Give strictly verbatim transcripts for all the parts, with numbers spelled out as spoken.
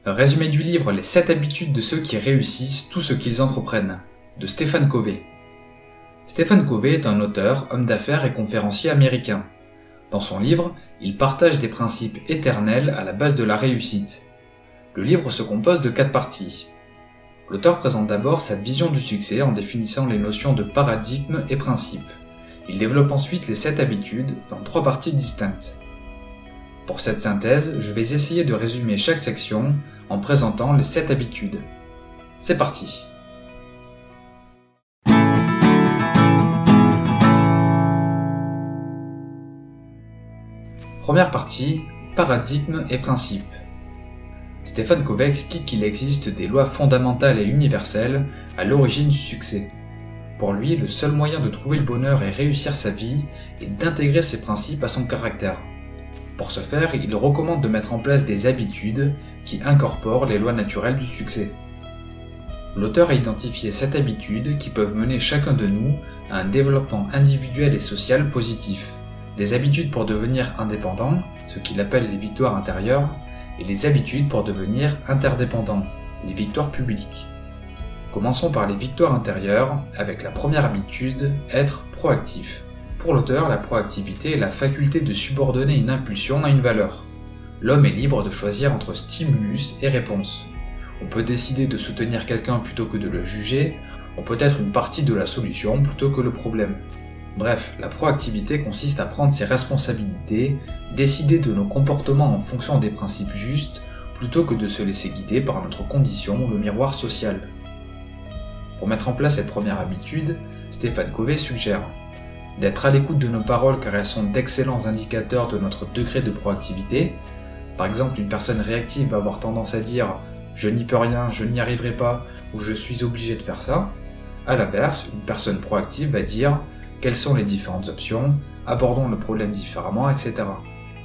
Résumé du livre Les sept habitudes de ceux qui réussissent tout ce qu'ils entreprennent, de Stephen Covey. Stephen Covey est un auteur, homme d'affaires et conférencier américain. Dans son livre, il partage des principes éternels à la base de la réussite. Le livre se compose de quatre parties. L'auteur présente d'abord sa vision du succès en définissant les notions de paradigme et principe. Il développe ensuite les sept habitudes dans trois parties distinctes. Pour cette synthèse, je vais essayer de résumer chaque section en présentant les sept habitudes. C'est parti! Première partie, paradigme et principe. Stephen Covey explique qu'il existe des lois fondamentales et universelles à l'origine du succès. Pour lui, le seul moyen de trouver le bonheur et réussir sa vie est d'intégrer ces principes à son caractère. Pour ce faire, il recommande de mettre en place des habitudes qui incorporent les lois naturelles du succès. L'auteur a identifié sept habitudes qui peuvent mener chacun de nous à un développement individuel et social positif. Les habitudes pour devenir indépendant, ce qu'il appelle les victoires intérieures, et les habitudes pour devenir interdépendant, les victoires publiques. Commençons par les victoires intérieures, avec la première habitude, être proactif. Pour l'auteur, la proactivité est la faculté de subordonner une impulsion à une valeur. L'homme est libre de choisir entre stimulus et réponse. On peut décider de soutenir quelqu'un plutôt que de le juger, on peut être une partie de la solution plutôt que le problème. Bref, la proactivité consiste à prendre ses responsabilités, décider de nos comportements en fonction des principes justes, plutôt que de se laisser guider par notre condition ou le miroir social. Pour mettre en place cette première habitude, Stephen Covey suggère d'être à l'écoute de nos paroles car elles sont d'excellents indicateurs de notre degré de proactivité. Par exemple, une personne réactive va avoir tendance à dire « je n'y peux rien, je n'y arriverai pas » ou « je suis obligé de faire ça ». À l'inverse, une personne proactive va dire « quelles sont les différentes options, abordons le problème différemment, et cetera »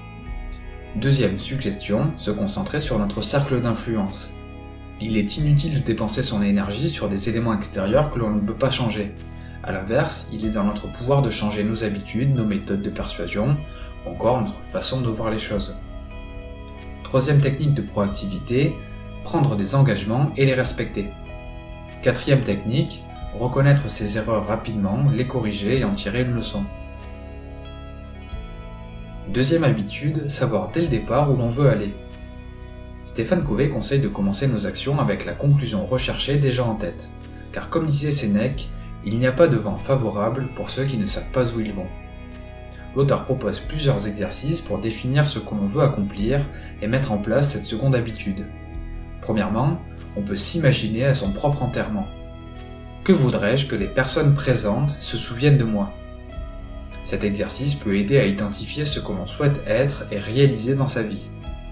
Deuxième suggestion, se concentrer sur notre cercle d'influence. Il est inutile de dépenser son énergie sur des éléments extérieurs que l'on ne peut pas changer. A l'inverse, il est dans notre pouvoir de changer nos habitudes, nos méthodes de persuasion, ou encore notre façon de voir les choses. Troisième technique de proactivité, prendre des engagements et les respecter. Quatrième technique, reconnaître ses erreurs rapidement, les corriger et en tirer une leçon. Deuxième habitude, savoir dès le départ où l'on veut aller. Stephen Covey conseille de commencer nos actions avec la conclusion recherchée déjà en tête, car comme disait Sénèque, il n'y a pas de vent favorable pour ceux qui ne savent pas où ils vont. L'auteur propose plusieurs exercices pour définir ce que l'on veut accomplir et mettre en place cette seconde habitude. Premièrement, on peut s'imaginer à son propre enterrement. Que voudrais-je que les personnes présentes se souviennent de moi ? Cet exercice peut aider à identifier ce que l'on souhaite être et réaliser dans sa vie.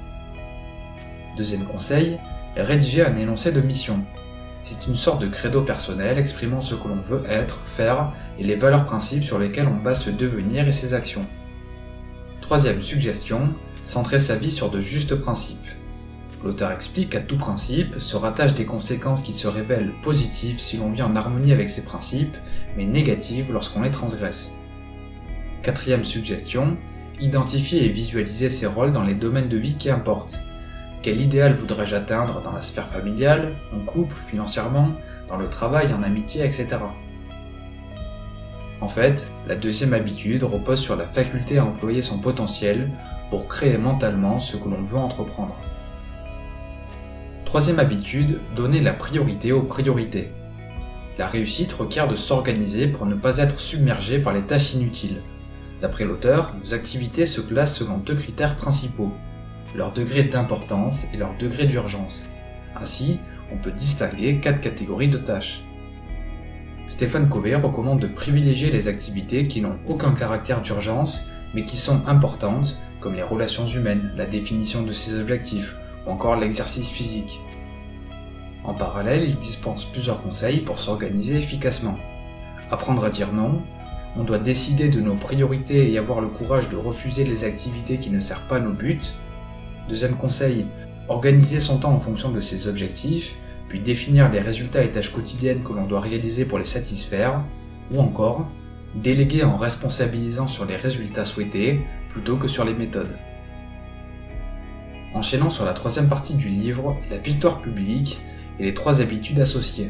Deuxième conseil, rédiger un énoncé de mission. C'est une sorte de credo personnel exprimant ce que l'on veut être, faire et les valeurs principes sur lesquelles on base ce devenir et ses actions. Troisième suggestion, centrer sa vie sur de justes principes. L'auteur explique qu'à tout principe se rattachent des conséquences qui se révèlent positives si l'on vit en harmonie avec ces principes, mais négatives lorsqu'on les transgresse. Quatrième suggestion, identifier et visualiser ses rôles dans les domaines de vie qui importent. Quel idéal voudrais-je atteindre dans la sphère familiale, en couple, financièrement, dans le travail, en amitié, et cetera. En fait, la deuxième habitude repose sur la faculté à employer son potentiel pour créer mentalement ce que l'on veut entreprendre. Troisième habitude, donner la priorité aux priorités. La réussite requiert de s'organiser pour ne pas être submergé par les tâches inutiles. D'après l'auteur, nos activités se classent selon deux critères principaux, leur degré d'importance et leur degré d'urgence. Ainsi, on peut distinguer quatre catégories de tâches. Stephen Covey recommande de privilégier les activités qui n'ont aucun caractère d'urgence, mais qui sont importantes, comme les relations humaines, la définition de ses objectifs, ou encore l'exercice physique. En parallèle, il dispense plusieurs conseils pour s'organiser efficacement. Apprendre à dire non, on doit décider de nos priorités et avoir le courage de refuser les activités qui ne servent pas nos buts. Deuxième conseil, organiser son temps en fonction de ses objectifs, puis définir les résultats et tâches quotidiennes que l'on doit réaliser pour les satisfaire, ou encore, déléguer en responsabilisant sur les résultats souhaités plutôt que sur les méthodes. enchaînant sur la troisième partie du livre, la victoire publique et les trois habitudes associées.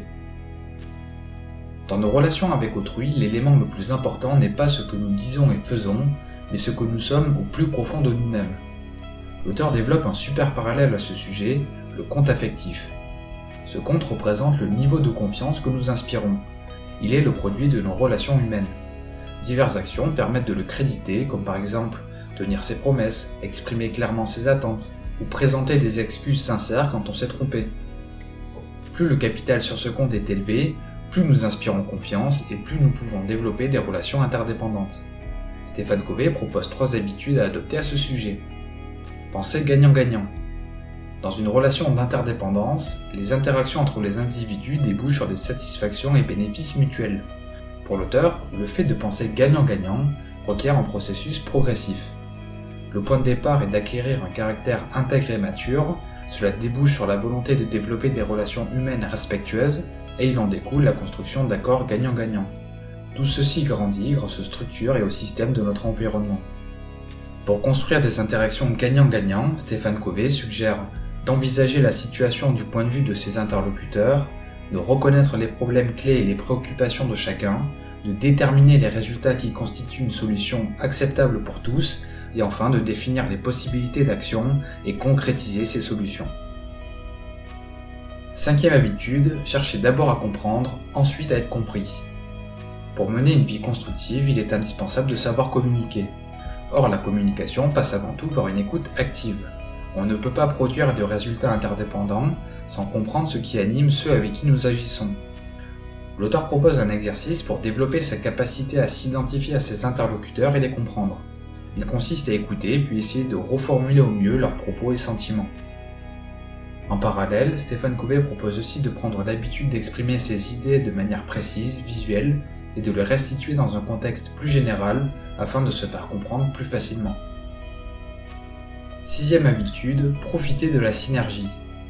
Dans nos relations avec autrui, l'élément le plus important n'est pas ce que nous disons et faisons, mais ce que nous sommes au plus profond de nous-mêmes. L'auteur développe un super parallèle à ce sujet, le conte affectif. Ce conte représente le niveau de confiance que nous inspirons. Il est le produit de nos relations humaines. Diverses actions permettent de le créditer, comme par exemple tenir ses promesses, exprimer clairement ses attentes, ou présenter des excuses sincères quand on s'est trompé. Plus le capital sur ce compte est élevé, plus nous inspirons confiance et plus nous pouvons développer des relations interdépendantes. Stephen Covey propose trois habitudes à adopter à ce sujet. Pensez gagnant-gagnant. Dans une relation d'interdépendance, les interactions entre les individus débouchent sur des satisfactions et bénéfices mutuels. Pour l'auteur, le fait de penser gagnant-gagnant requiert un processus progressif. Le point de départ est d'acquérir un caractère intègre et mature, cela débouche sur la volonté de développer des relations humaines respectueuses, et il en découle la construction d'accords gagnant-gagnant. Tout ceci grandit grâce aux structures et aux systèmes de notre environnement. Pour construire des interactions gagnant-gagnant, Stephen Covey suggère d'envisager la situation du point de vue de ses interlocuteurs, de reconnaître les problèmes clés et les préoccupations de chacun, de déterminer les résultats qui constituent une solution acceptable pour tous, et enfin de définir les possibilités d'action et concrétiser ces solutions. Cinquième habitude, cherchez d'abord à comprendre, ensuite à être compris. Pour mener une vie constructive, il est indispensable de savoir communiquer. Or, la communication passe avant tout par une écoute active. On ne peut pas produire de résultats interdépendants sans comprendre ce qui anime ceux avec qui nous agissons. L'auteur propose un exercice pour développer sa capacité à s'identifier à ses interlocuteurs et les comprendre. Il consiste à écouter puis essayer de reformuler au mieux leurs propos et sentiments. En parallèle, Stephen Covey propose aussi de prendre l'habitude d'exprimer ses idées de manière précise, visuelle, et de les restituer dans un contexte plus général afin de se faire comprendre plus facilement. Sixième habitude, profiter de la synergie.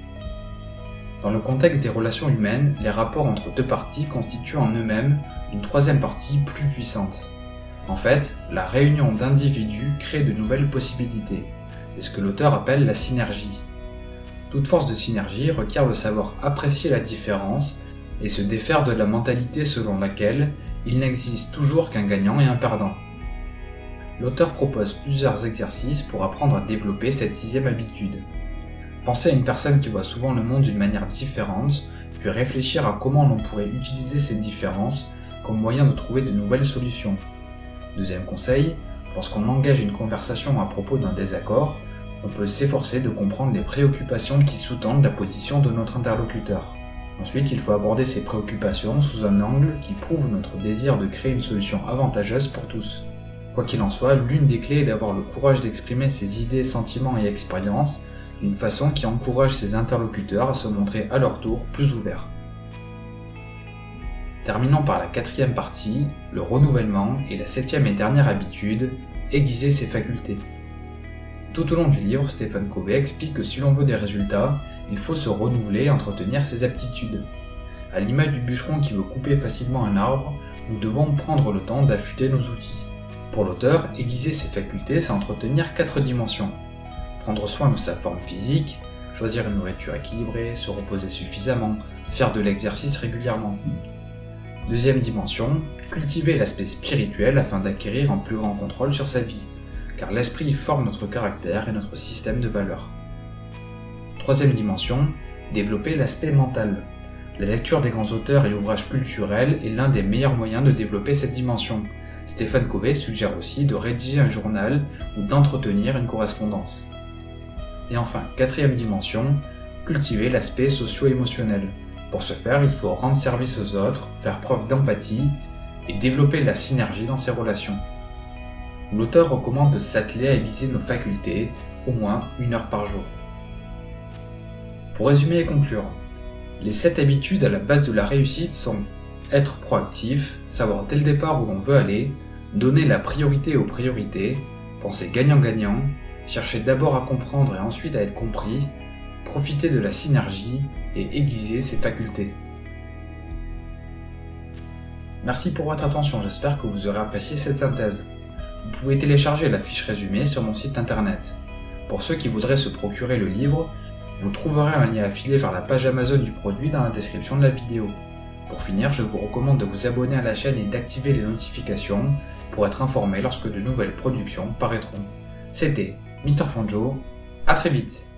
Dans le contexte des relations humaines, les rapports entre deux parties constituent en eux-mêmes une troisième partie plus puissante. En fait, la réunion d'individus crée de nouvelles possibilités. C'est ce que l'auteur appelle la synergie. Toute force de synergie requiert de savoir apprécier la différence et se défaire de la mentalité selon laquelle il n'existe toujours qu'un gagnant et un perdant. L'auteur propose plusieurs exercices pour apprendre à développer cette sixième habitude. Pensez à une personne qui voit souvent le monde d'une manière différente, puis réfléchir à comment l'on pourrait utiliser ces différences comme moyen de trouver de nouvelles solutions. Deuxième conseil, lorsqu'on engage une conversation à propos d'un désaccord, on peut s'efforcer de comprendre les préoccupations qui sous-tendent la position de notre interlocuteur. Ensuite, il faut aborder ces préoccupations sous un angle qui prouve notre désir de créer une solution avantageuse pour tous. Quoi qu'il en soit, l'une des clés est d'avoir le courage d'exprimer ses idées, sentiments et expériences d'une façon qui encourage ses interlocuteurs à se montrer à leur tour plus ouverts. Terminons par la quatrième partie, le renouvellement, et la septième et dernière habitude, aiguiser ses facultés. Tout au long du livre, Stephen Covey explique que si l'on veut des résultats, il faut se renouveler et entretenir ses aptitudes. À l'image du bûcheron qui veut couper facilement un arbre, nous devons prendre le temps d'affûter nos outils. Pour l'auteur, aiguiser ses facultés, c'est entretenir quatre dimensions. Prendre soin de sa forme physique, choisir une nourriture équilibrée, se reposer suffisamment, faire de l'exercice régulièrement. Deuxième dimension, cultiver l'aspect spirituel afin d'acquérir un plus grand contrôle sur sa vie, car l'esprit forme notre caractère et notre système de valeurs. Troisième dimension, développer l'aspect mental. La lecture des grands auteurs et l'ouvrage culturel est l'un des meilleurs moyens de développer cette dimension. Stephen Covey suggère aussi de rédiger un journal ou d'entretenir une correspondance. Et enfin, quatrième dimension, cultiver l'aspect socio-émotionnel. Pour ce faire, il faut rendre service aux autres, faire preuve d'empathie et développer la synergie dans ses relations. L'auteur recommande de s'atteler à aiguiser nos facultés, au moins une heure par jour. Pour résumer et conclure, les sept habitudes à la base de la réussite sont être proactif, savoir dès le départ où l'on veut aller, donner la priorité aux priorités, penser gagnant-gagnant, chercher d'abord à comprendre et ensuite à être compris, profiter de la synergie et aiguiser ses facultés. Merci pour votre attention, j'espère que vous aurez apprécié cette synthèse. Vous pouvez télécharger la fiche résumée sur mon site internet. Pour ceux qui voudraient se procurer le livre, vous trouverez un lien affilié vers la page Amazon du produit dans la description de la vidéo. Pour finir, je vous recommande de vous abonner à la chaîne et d'activer les notifications pour être informé lorsque de nouvelles productions paraîtront. C'était Mister Fonjo, à très vite.